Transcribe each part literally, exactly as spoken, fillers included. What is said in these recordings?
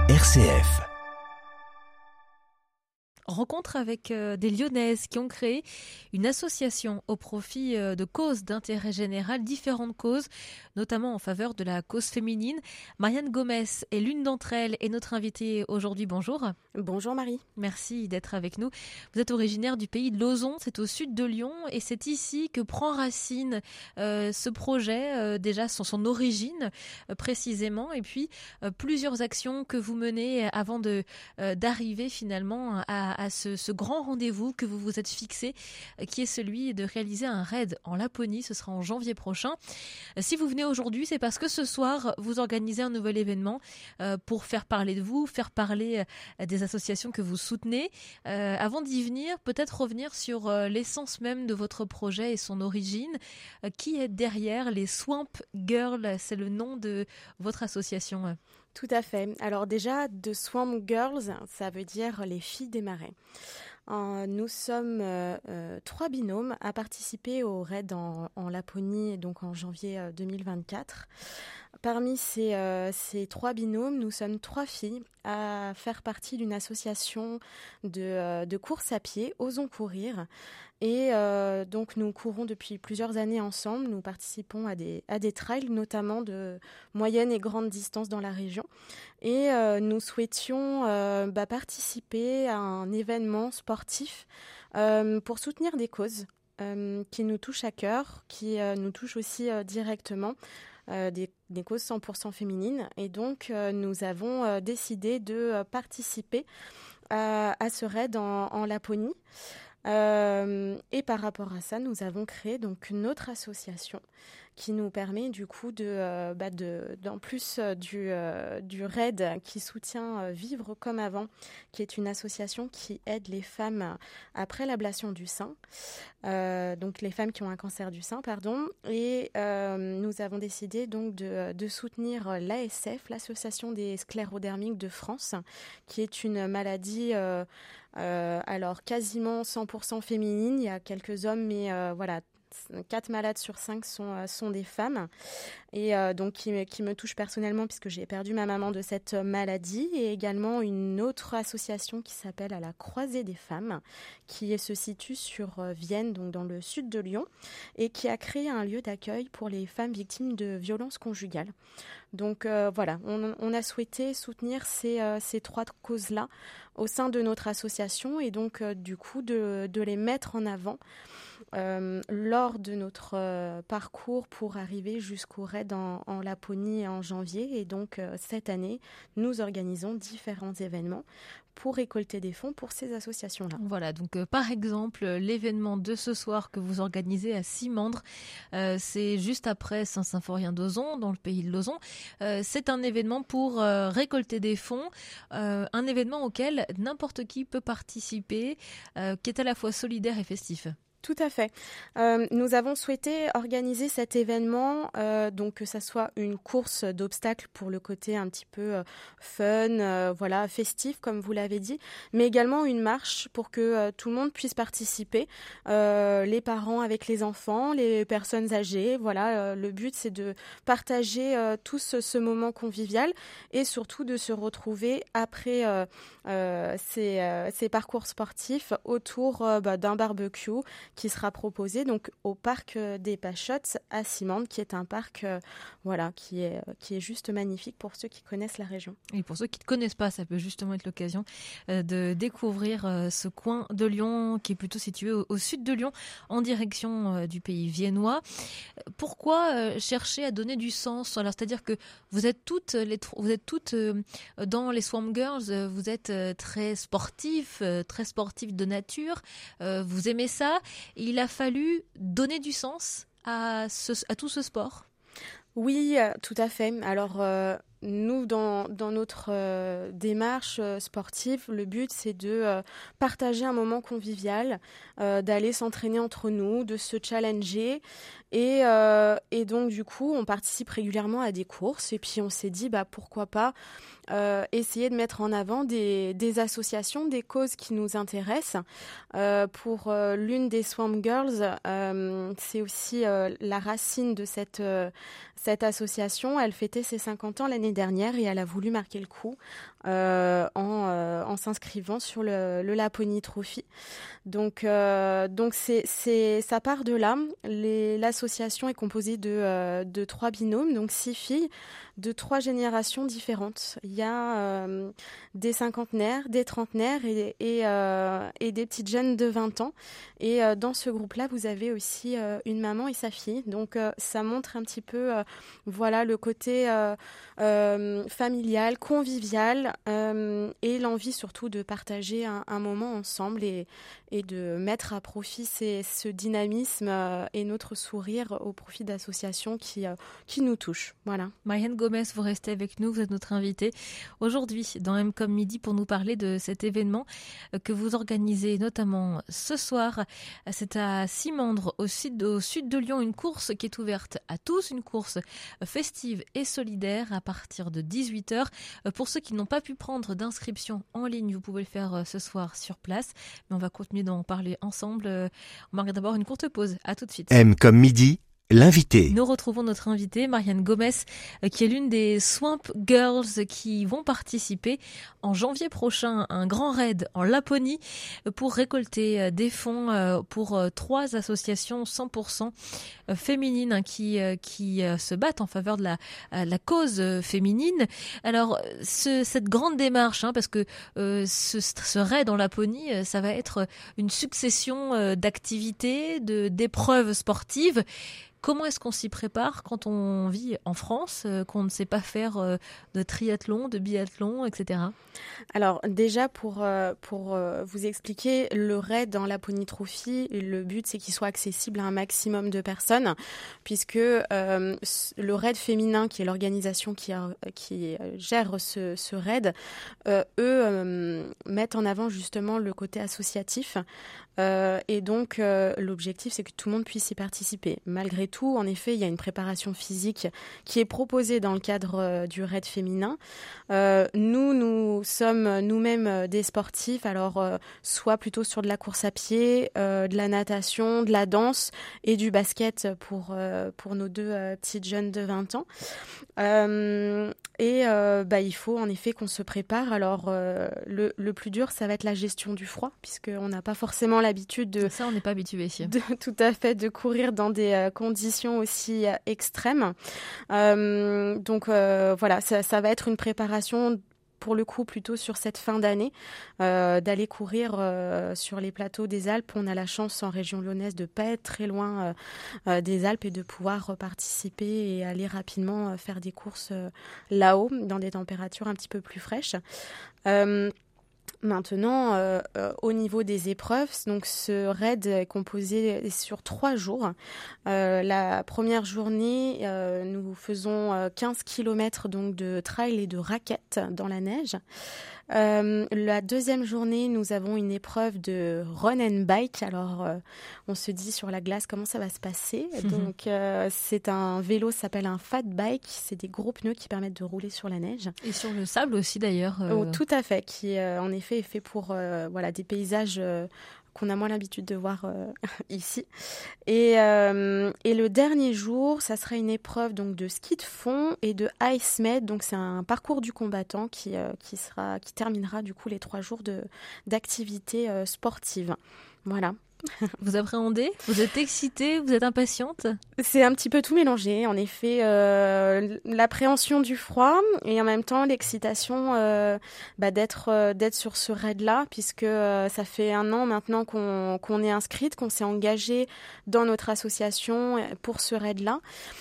R C F. Rencontre avec euh, des Lyonnaises qui ont créé une association au profit euh, de causes d'intérêt général, différentes causes, notamment en faveur de la cause féminine. Marianne Gomez est l'une d'entre elles et notre invitée aujourd'hui. Bonjour. Bonjour Marie. Merci d'être avec nous. Vous êtes originaire du pays de Lauzon, c'est au sud de Lyon et c'est ici que prend racine euh, ce projet, euh, déjà son, son origine euh, précisément, et puis euh, plusieurs actions que vous menez avant de, euh, d'arriver finalement à à ce, ce grand rendez-vous que vous vous êtes fixé, qui est celui de réaliser un raid en Laponie. Ce sera en janvier prochain. Si vous venez aujourd'hui, c'est parce que ce soir, vous organisez un nouvel événement euh, pour faire parler de vous, faire parler euh, des associations que vous soutenez. Euh, avant d'y venir, peut-être revenir sur euh, l'essence même de votre projet et son origine. Euh, qui est derrière les Swamp Girls? C'est le nom de votre association. Tout à fait. Alors déjà, The Swamp Girls, ça veut dire les filles des marais. Euh, nous sommes euh, euh, trois binômes à participer au raid en, en Laponie, donc en janvier euh, deux mille vingt-quatre. Parmi ces, euh, ces trois binômes, nous sommes trois filles à faire partie d'une association de, euh, de course à pied, Osons courir. Et euh, donc nous courons depuis plusieurs années ensemble. Nous participons à des, à des trails, notamment de moyenne et grande distance dans la région. Et euh, nous souhaitions euh, bah, participer à un événement sportif euh, pour soutenir des causes euh, qui nous touchent à cœur, qui euh, nous touchent aussi euh, directement. Euh, des, des causes cent pour cent féminines. Et donc, euh, nous avons euh, décidé de euh, participer à, à ce raid en, en Laponie. Euh, et par rapport à ça, nous avons créé donc une autre association qui nous permet du coup de, euh, bah de, d'en plus euh, du, euh, du raid qui soutient euh, Vivre comme avant, qui est une association qui aide les femmes après l'ablation du sein, euh, donc les femmes qui ont un cancer du sein, pardon. Et euh, nous avons décidé donc de, de soutenir l'A S F, l'Association des sclérodermiques de France, qui est une maladie euh, euh, alors quasiment cent pour cent féminine. Il y a quelques hommes, mais euh, voilà. Quatre malades sur cinq sont, sont des femmes et euh, donc qui, qui me touche personnellement puisque j'ai perdu ma maman de cette maladie, et également une autre association qui s'appelle À la croisée des femmes, qui se situe sur Vienne, donc dans le sud de Lyon, et qui a créé un lieu d'accueil pour les femmes victimes de violences conjugales. Donc euh, voilà, on, on a souhaité soutenir ces, euh, ces trois causes-là au sein de notre association et donc euh, du coup de, de les mettre en avant Euh, lors de notre euh, parcours pour arriver jusqu'au raid en, en Laponie en janvier. Et donc euh, cette année, nous organisons différents événements pour récolter des fonds pour ces associations-là. Voilà, donc euh, par exemple, l'événement de ce soir que vous organisez à Simandre, euh, c'est juste après Saint-Symphorien-d'Ozon, dans le pays de Lauzon. Euh, c'est un événement pour euh, récolter des fonds, euh, un événement auquel n'importe qui peut participer, euh, qui est à la fois solidaire et festif. Tout à fait. Euh, nous avons souhaité organiser cet événement, euh, donc que ça soit une course d'obstacles pour le côté un petit peu euh, fun, euh, voilà, festif comme vous l'avez dit, mais également une marche pour que euh, tout le monde puisse participer, euh, les parents avec les enfants, les personnes âgées. Voilà, euh, le but c'est de partager euh, tous ce, ce moment convivial et surtout de se retrouver après euh, euh, ces, euh, ces parcours sportifs autour euh, bah, d'un barbecue qui sera proposé donc au parc des Pachottes à Simandre, qui est un parc euh, voilà, qui est, qui est juste magnifique pour ceux qui connaissent la région. Et pour ceux qui ne connaissent pas, ça peut justement être l'occasion euh, de découvrir euh, ce coin de Lyon qui est plutôt situé au, au sud de Lyon, en direction euh, du pays viennois. Pourquoi euh, chercher à donner du sens? Alors, c'est-à-dire que vous êtes toutes, les, vous êtes toutes euh, dans les Swamp Girls, vous êtes euh, très sportifs, euh, très sportifs de nature, euh, vous aimez ça. Il a fallu donner du sens à, ce, à tout ce sport. Oui, tout à fait. Alors, euh, nous, dans, dans notre euh, démarche euh, sportive, le but, c'est de euh, partager un moment convivial, euh, d'aller s'entraîner entre nous, de se challenger. Et, euh, et donc, du coup, on participe régulièrement à des courses. Et puis, on s'est dit, bah, pourquoi pas euh, essayer de mettre en avant des, des associations, des causes qui nous intéressent. Euh, pour euh, l'une des Swamp Girls, euh, c'est aussi euh, la racine de cette, euh, cette association. Elle fêtait ses cinquante ans l'année dernière et elle a voulu marquer le coup euh, en, euh, en s'inscrivant sur le, le Laponie Trophy. Donc, euh, donc c'est, c'est, ça part de là. Les, l'association est composée de, euh, de trois binômes, donc six filles de trois générations différentes. Il y a euh, des cinquantenaires, des trentenaires et, et, euh, et des petites jeunes de vingt ans. Et euh, dans ce groupe-là, vous avez aussi euh, une maman et sa fille. Donc, euh, ça montre un petit peu, euh, voilà, le côté euh, euh, familial, convivial euh, et l'envie surtout de partager un, un moment ensemble et, et de mettre à profit ces, ce dynamisme euh, et notre sourire au profit d'associations qui, euh, qui nous touchent. Voilà. Marianne Gomez, vous restez avec nous, vous êtes notre invitée aujourd'hui dans M comme Midi pour nous parler de cet événement que vous organisez notamment ce soir. C'est à Simandre, au sud, au sud de Lyon, une course qui est ouverte à tous, une course festive et solidaire à partir de dix-huit heures. Pour ceux qui n'ont pas pu prendre d'inscription en ligne, vous pouvez le faire ce soir sur place, mais on va continuer d'en parler ensemble. On marque d'abord une courte pause. À tout de suite. M comme Midi, l'invité. Nous retrouvons notre invitée, Marianne Gomez, qui est l'une des Swamp Girls qui vont participer en janvier prochain à un grand raid en Laponie pour récolter des fonds pour trois associations cent pour cent féminines qui, qui se battent en faveur de la, la cause féminine. Alors, ce, cette grande démarche, hein, parce que euh, ce, ce raid en Laponie, ça va être une succession d'activités, de, d'épreuves sportives. Comment est-ce qu'on s'y prépare quand on vit en France, euh, qu'on ne sait pas faire euh, de triathlon, de biathlon, et cetera? Alors déjà, pour, euh, pour euh, vous expliquer, le raid dans Laponie Trophy, le but c'est qu'il soit accessible à un maximum de personnes, puisque euh, le raid féminin, qui est l'organisation qui, a, qui gère ce, ce raid, euh, eux euh, mettent en avant justement le côté associatif. Euh, et donc, euh, l'objectif, c'est que tout le monde puisse y participer. Malgré tout, en effet, il y a une préparation physique qui est proposée dans le cadre euh, du raid féminin. Euh, nous, nous sommes nous-mêmes des sportifs, alors euh, soit plutôt sur de la course à pied, euh, de la natation, de la danse et du basket pour, euh, pour nos deux euh, petites jeunes de vingt ans. Euh, et euh, bah, il faut en effet qu'on se prépare. Alors, euh, le, le plus dur, ça va être la gestion du froid, puisqu'on n'a pas forcément l'habitude de... Ça, on n'est pas habitué. De, tout à fait, de courir dans des euh, conditions aussi euh, extrêmes. Euh, donc, euh, voilà, ça, ça va être une préparation pour le coup plutôt sur cette fin d'année, euh, d'aller courir euh, sur les plateaux des Alpes. On a la chance en région lyonnaise de ne pas être très loin euh, euh, des Alpes et de pouvoir participer et aller rapidement euh, faire des courses euh, là-haut, dans des températures un petit peu plus fraîches. Euh, Maintenant, euh, euh, au niveau des épreuves, donc ce raid est composé sur trois jours. Euh, la première journée, euh, nous faisons euh, quinze kilomètres donc de trail et de raquettes dans la neige. Euh, la deuxième journée, nous avons une épreuve de run and bike. Alors, euh, on se dit sur la glace comment ça va se passer. Donc, euh, c'est un vélo, ça s'appelle un fat bike. C'est des gros pneus qui permettent de rouler sur la neige. Et sur le sable aussi, d'ailleurs. Euh... Oh, tout à fait, qui euh, en effet est fait pour euh, voilà, des paysages euh, qu'on a moins l'habitude de voir euh, ici. Et, euh, et le dernier jour, ça sera une épreuve donc de ski de fond et de ice med. Donc c'est un parcours du combattant qui euh, qui sera qui terminera du coup les trois jours de d'activité euh, sportive. Voilà. Vous appréhendez? Vous êtes excitée? Vous êtes impatiente? C'est un petit peu tout mélangé. En effet, euh, l'appréhension du froid et en même temps l'excitation euh, bah, d'être euh, d'être sur ce raid-là, puisque euh, ça fait un an maintenant qu'on qu'on est inscrite, qu'on s'est engagé dans notre association pour ce raid-là.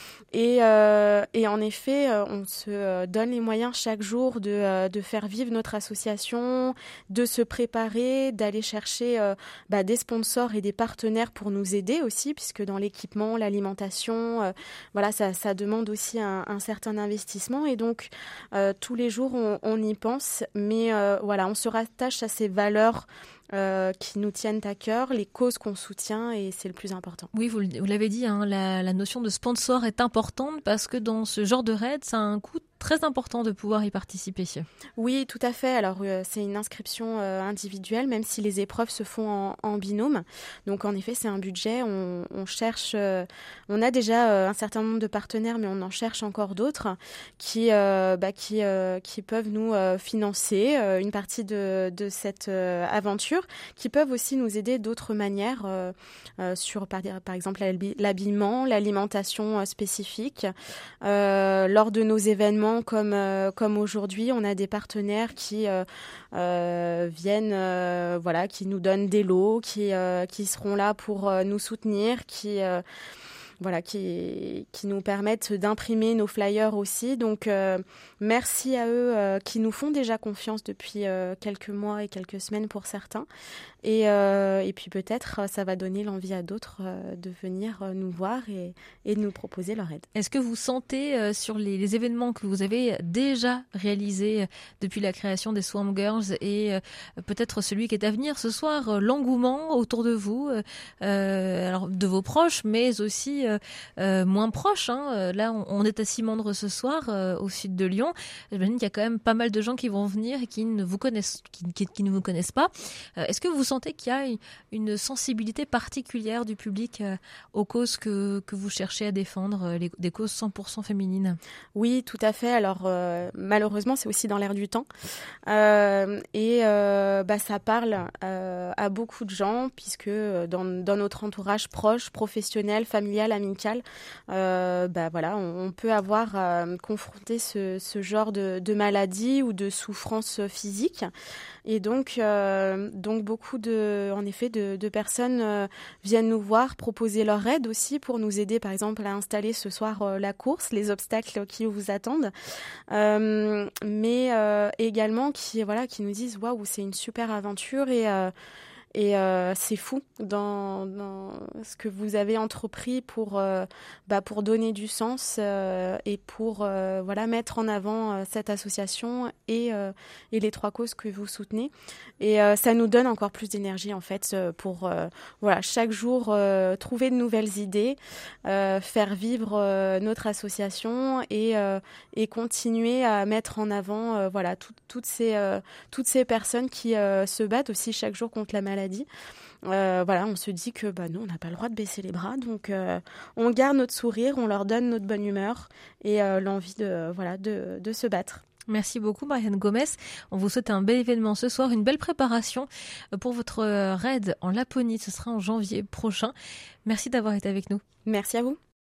Et, euh, et en effet, on se donne les moyens chaque jour de, de faire vivre notre association, de se préparer, d'aller chercher euh, bah, des sponsors et des partenaires pour nous aider aussi, puisque dans l'équipement, l'alimentation, euh, voilà, ça, ça demande aussi un, un certain investissement. Et donc, euh, tous les jours, on, on y pense, mais euh, voilà, on se rattache à ces valeurs Euh, qui nous tiennent à cœur, les causes qu'on soutient, et c'est le plus important. Oui, vous, vous l'avez dit, hein, la, la notion de sponsor est importante parce que dans ce genre de raid, ça a un coût très important de pouvoir y participer. Oui, tout à fait. Alors, euh, c'est une inscription euh, individuelle, même si les épreuves se font en, en binôme. Donc, en effet, c'est un budget. On, on cherche, euh, on a déjà euh, un certain nombre de partenaires, mais on en cherche encore d'autres qui, euh, bah, qui, euh, qui peuvent nous euh, financer euh, une partie de, de cette euh, aventure, qui peuvent aussi nous aider d'autres manières, euh, euh, sur par, par exemple l'habillement, l'alimentation euh, spécifique. Euh, lors de nos événements comme, euh, comme aujourd'hui, on a des partenaires qui euh, euh, viennent, euh, voilà, qui nous donnent des lots, qui, euh, qui seront là pour euh, nous soutenir, qui... Euh, Voilà, qui, qui nous permettent d'imprimer nos flyers aussi. Donc, euh, merci à eux euh, qui nous font déjà confiance depuis euh, quelques mois et quelques semaines pour certains. Et, euh, et puis peut-être ça va donner l'envie à d'autres euh, de venir euh, nous voir et, et de nous proposer leur aide. Est-ce que vous sentez euh, sur les, les événements que vous avez déjà réalisés depuis la création des Swamp Girls et euh, peut-être celui qui est à venir ce soir, euh, l'engouement autour de vous, euh, alors de vos proches, mais aussi euh, euh, moins proches, hein. Là, on, on est à Simandre ce soir, euh, au sud de Lyon. J'imagine qu'il y a quand même pas mal de gens qui vont venir et qui ne vous connaissent, qui, qui, qui ne vous connaissent pas. Euh, est-ce que vous sentez qu'il y a une sensibilité particulière du public euh, aux causes que, que vous cherchez à défendre, les, des causes cent pour cent féminines? Oui, tout à fait. Alors euh, malheureusement, c'est aussi dans l'air du temps. Euh, et euh, bah, ça parle euh, à beaucoup de gens, puisque dans, dans notre entourage proche, professionnel, familial, amical, euh, bah, voilà, on, on peut avoir euh, confronté ce, ce genre de, de maladie ou de souffrance physique. Et donc, euh, donc beaucoup de, en effet, de, de personnes euh, viennent nous voir, proposer leur aide aussi pour nous aider, par exemple, à installer ce soir euh, la course, les obstacles qui vous attendent, euh, mais euh, également qui, voilà, qui nous disent waouh, c'est une super aventure et euh, Et euh, c'est fou dans, dans ce que vous avez entrepris pour, euh, bah, pour donner du sens euh, et pour euh, voilà, mettre en avant euh, cette association et, euh, et les trois causes que vous soutenez. Et euh, ça nous donne encore plus d'énergie en fait pour euh, voilà, chaque jour euh, trouver de nouvelles idées, euh, faire vivre euh, notre association et, euh, et continuer à mettre en avant euh, voilà, tout, toutes, ces, euh, toutes ces personnes qui euh, se battent aussi chaque jour contre la maladie. Euh, voilà, on se dit que bah, nous, on n'a pas le droit de baisser les bras, donc euh, on garde notre sourire, on leur donne notre bonne humeur et euh, l'envie de, voilà, de, de se battre. Merci beaucoup Marianne Gomez. On vous souhaite un bel événement ce soir, une belle préparation pour votre raid en Laponie. Ce sera en janvier prochain. Merci d'avoir été avec nous. Merci à vous.